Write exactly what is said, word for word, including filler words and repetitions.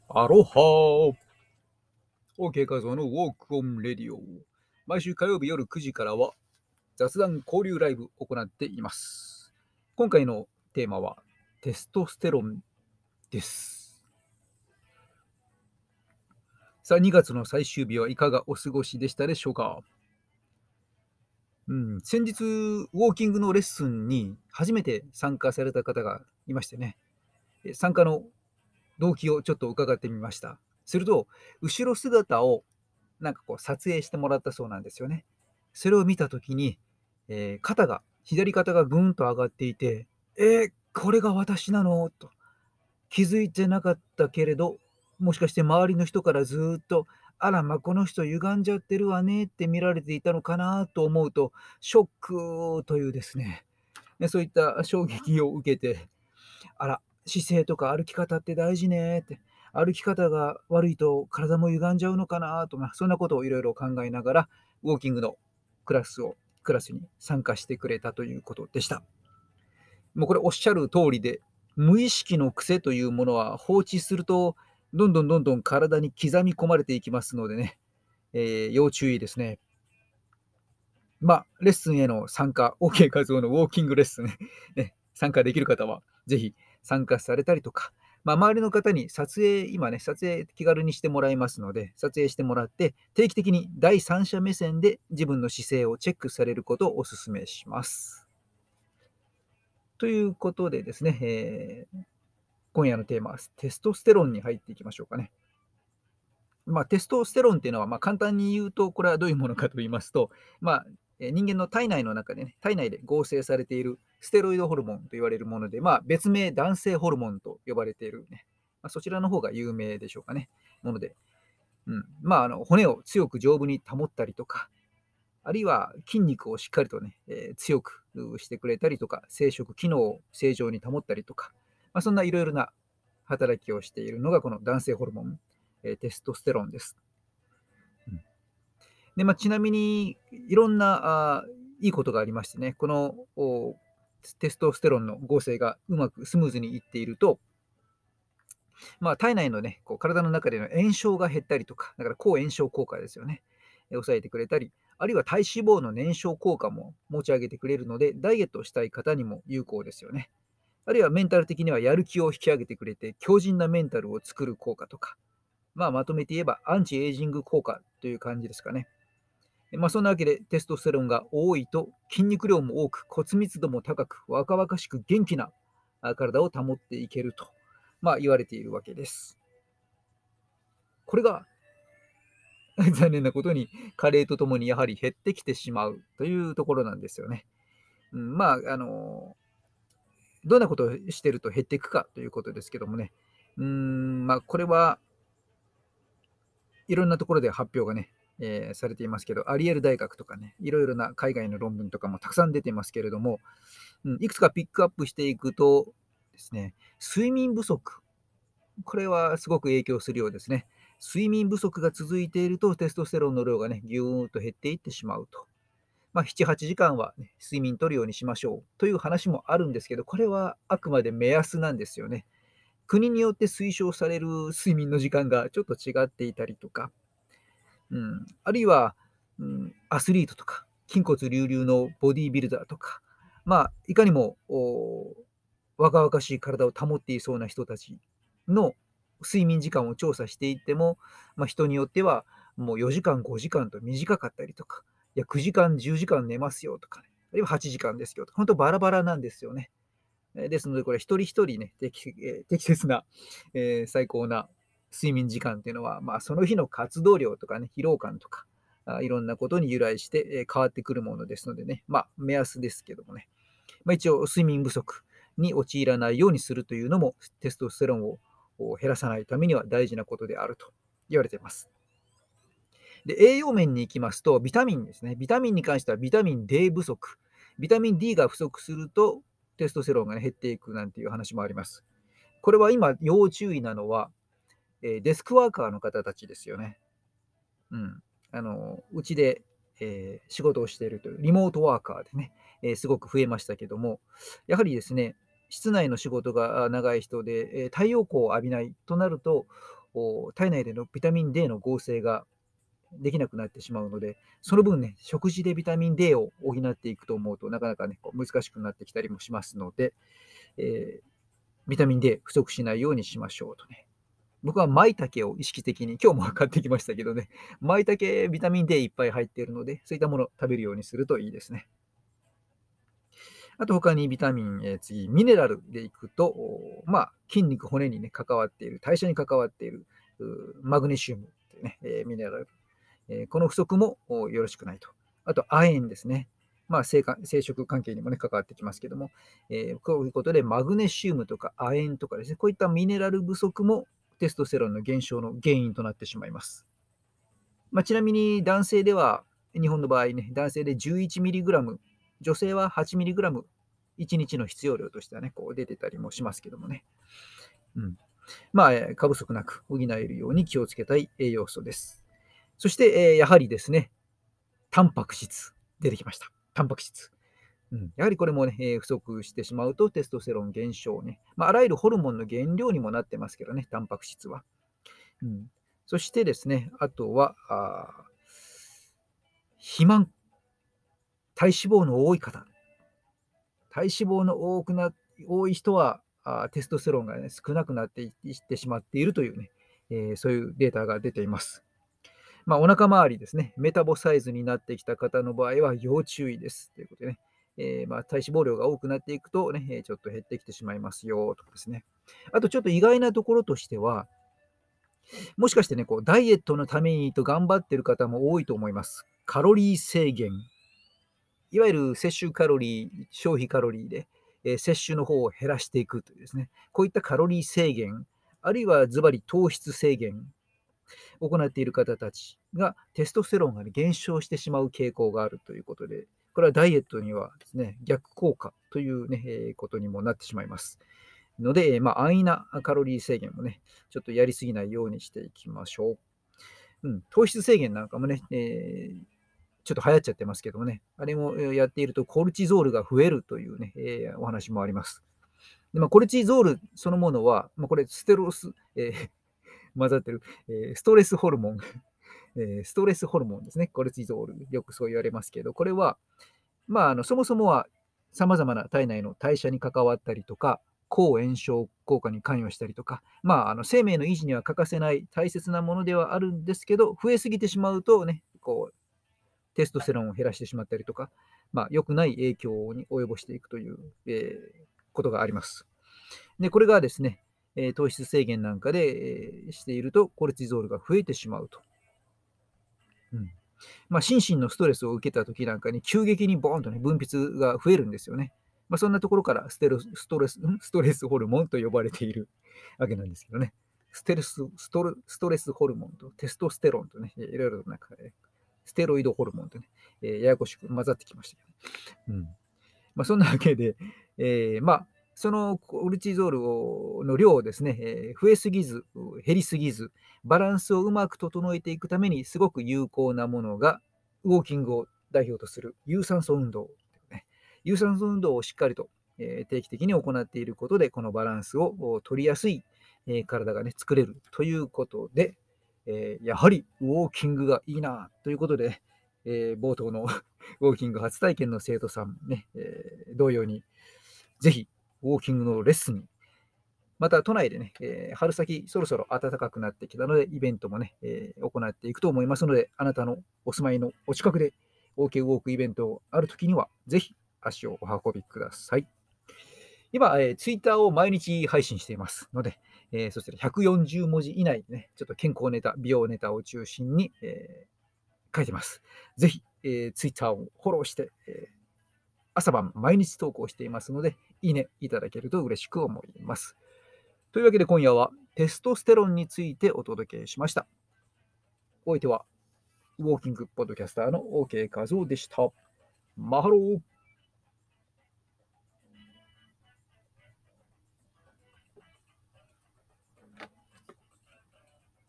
アロハー !OK 画像のウォークオンレディオ。毎週火曜日夜くじからは雑談交流ライブを行っています。今回のテーマはテストステロンです。さあ、にがつの最終日はいかがお過ごしでしたでしょうか。うん、先日、ウォーキングのレッスンに初めて参加された方がいましてね、参加の動機をちょっと伺ってみました。すると、後ろ姿をなんかこう撮影してもらったそうなんですよね。それを見たときに、えー肩が、左肩がぐんと上がっていて、えー、これが私なのと気づいてなかったけれど、もしかして周りの人からずーっと、あら、ま、この人歪んじゃってるわねって見られていたのかなと思うと、ショックというですね、ね、そういった衝撃を受けて、あら、姿勢とか歩き方って大事ねって、歩き方が悪いと体も歪んじゃうのかなとか、そんなことをいろいろ考えながら、ウォーキングのクラスをクラスに参加してくれたということでした。もうこれおっしゃる通りで、無意識の癖というものは放置すると、どんどんどんどん体に刻み込まれていきますのでね、えー要注意ですね。まあ、レッスンへの参加、OK 画像のウォーキングレッスンね、ね参加できる方は、ぜひ参加されたりとか、まあ、周りの方に撮影、今ね、撮影気軽にしてもらいますので、撮影してもらって、定期的に第三者目線で自分の姿勢をチェックされることをお勧めします。ということでですね、えー今夜のテーマはテストステロンに入っていきましょうかね。まあ、テストステロンっていうのは、まあ、簡単に言うと、これはどういうものかと言いますと、まあ、え人間の体内の中でね、体内で合成されているステロイドホルモンと言われるもので、まあ、別名男性ホルモンと呼ばれているね、まあ、そちらの方が有名でしょうかね、もので、うん、まあ、あの骨を強く丈夫に保ったりとか、あるいは筋肉をしっかりとね、えー強くしてくれたりとか、生殖機能を正常に保ったりとか、まあ、そんないろいろな働きをしているのがこの男性ホルモン、えーテストステロンです。うんで、まあ、ちなみに、いろんな、あいいことがありましてね、この、おテストステロンの合成がうまくスムーズにいっていると、まあ、体内のね、こう体の中での炎症が減ったりとか、だから抗炎症効果ですよね。え抑えてくれたり、あるいは体脂肪の燃焼効果も持ち上げてくれるので、ダイエットをしたい方にも有効ですよね。あるいはメンタル的にはやる気を引き上げてくれて、強靭なメンタルを作る効果とか、まあ、まとめて言えばアンチエイジング効果という感じですかね。まあ、そんなわけでテストステロンが多いと筋肉量も多く骨密度も高く若々しく元気な体を保っていけると、まあ、言われているわけです。これが残念なことに加齢とともにやはり減ってきてしまうというところなんですよね。うん、まあ、あのどんなことをしてると減っていくかということですけどもね。うーん、まあ、これはいろんなところで発表がね、えーされていますけど、アリエル大学とかね、いろいろな海外の論文とかもたくさん出てますけれども、うん、いくつかピックアップしていくとですね、睡眠不足、これはすごく影響するようですね。睡眠不足が続いていると、テストステロンの量がね、ぎゅーっと減っていってしまうと。まあ、なな、はちじかんは、ね、睡眠取るようにしましょうという話もあるんですけど、これはあくまで目安なんですよね。国によって推奨される睡眠の時間がちょっと違っていたりとか、うん、あるいは、うん、アスリートとか、筋骨隆々のボディービルダーとか、まあ、いかにもお若々しい体を保っていそうな人たちの睡眠時間を調査していっても、まあ、人によってはもうよじかん、ごじかんと短かったりとか、いやくじかん、じゅうじかん寝ますよとかね、あるいははちじかんですよとか、本当バラバラなんですよね。えーですので、これ一人一人ね、適えー適切な、えー最高な睡眠時間っていうのは、まあ、その日の活動量とかね、疲労感とか、あいろんなことに由来して、えー変わってくるものですのでね、まあ、目安ですけどもね、まあ、一応、睡眠不足に陥らないようにするというのも、テストステロンを減らさないためには大事なことであると言われています。で、栄養面に行きますと、ビタミンですね。ビタミンに関してはビタミン D 不足。ビタミン D が不足すると、テストステロンが、ね、減っていくなんていう話もあります。これは今、要注意なのは、えーデスクワーカーの方たちですよね。うん。あの、うちで、えー仕事をしているという、リモートワーカーでね、えーすごく増えましたけども、やはりですね、室内の仕事があ長い人で、えー太陽光を浴びないとなると、 体内でのビタミン D の合成ができなくなってしまうので、その分ね、食事でビタミン D を補っていくと思うと、なかなかね、こう難しくなってきたりもしますので、えー、ビタミン D 不足しないようにしましょうとね。僕は舞茸を意識的に、今日も買ってきましたけどね、舞茸ビタミン D いっぱい入っているので、そういったものを食べるようにするといいですね。あと他にビタミン、えー、次、ミネラルでいくと、まあ、筋肉、骨にね、関わっている、代謝に関わっている、マグネシウムというね、えー、ミネラル。えー、この不足もよろしくないと。あと、亜鉛ですね。まあ、生生殖関係にもね、関わってきますけども、えー、こういうことで、マグネシウムとか亜鉛とかですね、こういったミネラル不足もテストステロンの減少の原因となってしまいます。まあ、ちなみに男性では、日本の場合ね、男性で じゅういちミリグラム、女性は はちミリグラム、いちにちの必要量としてはね、こう出てたりもしますけどもね。うん。まあ、過不足なく補えるように気をつけたい栄養素です。そして、えー、やはりですね、タンパク質、出てきました。タンパク質。うん、やはりこれもね、えー、不足してしまうとテストステロン減少ね。まあ、あらゆるホルモンの原料にもなってますけどね、タンパク質は。うん、そしてですね、あとは、あ肥満、体脂肪の多い方。体脂肪の多くな多い人はあテストステロンが、ね、少なくなっていってしまっているというね、えー、そういうデータが出ています。まあ、お腹周りですね、メタボサイズになってきた方の場合は要注意です。ということでね、えー、まあ体脂肪量が多くなっていくとね、ちょっと減ってきてしまいますよとかですね。あとちょっと意外なところとしては、もしかしてね、こうダイエットのためにと頑張っている方も多いと思います。カロリー制限。いわゆる摂取カロリー、消費カロリーで、えー、摂取の方を減らしていくというですね、こういったカロリー制限、あるいはズバリ糖質制限、行っている方たちがテストステロンが、ね、減少してしまう傾向があるということで、これはダイエットにはですね、逆効果という、ね、えー、ことにもなってしまいます。ので、まあ、安易なカロリー制限もね、ちょっとやりすぎないようにしていきましょう。うん、糖質制限なんかもね、えー、ちょっと流行っちゃってますけどもね、あれもやっているとコルチゾールが増えるというね、えー、お話もあります。でまあ、コルチゾールそのものは、まあ、これステロス、えー、混ざってる、えー、ストレスホルモンえー、ストレスホルモンですね、コルチゾール、よくそう言われますけど、これは、まあ、あのそもそもは様々な体内の代謝に関わったりとか、抗炎症効果に関与したりとか、まあ、あの生命の維持には欠かせない大切なものではあるんですけど、増えすぎてしまうとね、こうテストステロンを減らしてしまったりとか、まあ、良くない影響に及ぼしていくという、えー、ことがあります。で、これがですね、えー糖質制限なんかで、えーしていると、コルチゾールが増えてしまうと。うんまあ、心身のストレスを受けた時なんかに急激にボーンとね、分泌が増えるんですよね。まあ、そんなところからステロストレス、んストレスホルモンと呼ばれているわけなんですけどね。ステルスストレストレスホルモンとテストステロンとね、いろいろなんか、ね、ステロイドホルモンとね、えーややこしく混ざってきましたけど。うんまあ、そんなわけで、えーまあ、そのコルチゾールをの量をですね、えー増えすぎず、減りすぎず、バランスをうまく整えていくためにすごく有効なものが、ウォーキングを代表とする有酸素運動。ね、有酸素運動をしっかりと、えー定期的に行っていることで、このバランスを取りやすい、えー体がね、作れるということで、えーやはりウォーキングがいいなということで、えー冒頭のウォーキング初体験の生徒さんね、えー同様に、ぜひウォーキングのレッスンに、また都内でね、えー春先そろそろ暖かくなってきたので、イベントもね、えー行っていくと思いますので、あなたのお住まいのお近くで OK ウォークイベントあるときには、ぜひ足をお運びください。今、えー、ツイッターを毎日配信していますので、えーそしてひゃくよんじゅう文字以内でね、ちょっと健康ネタ、美容ネタを中心に、えー書いてます。ぜひ、えー、ツイッターをフォローして、えー朝晩毎日投稿していますので、いいねいただけると嬉しく思います。というわけで今夜はテストステロンについてお届けしました。お相手はウォーキングポッドキャスターの OK 画像でした。マハロー。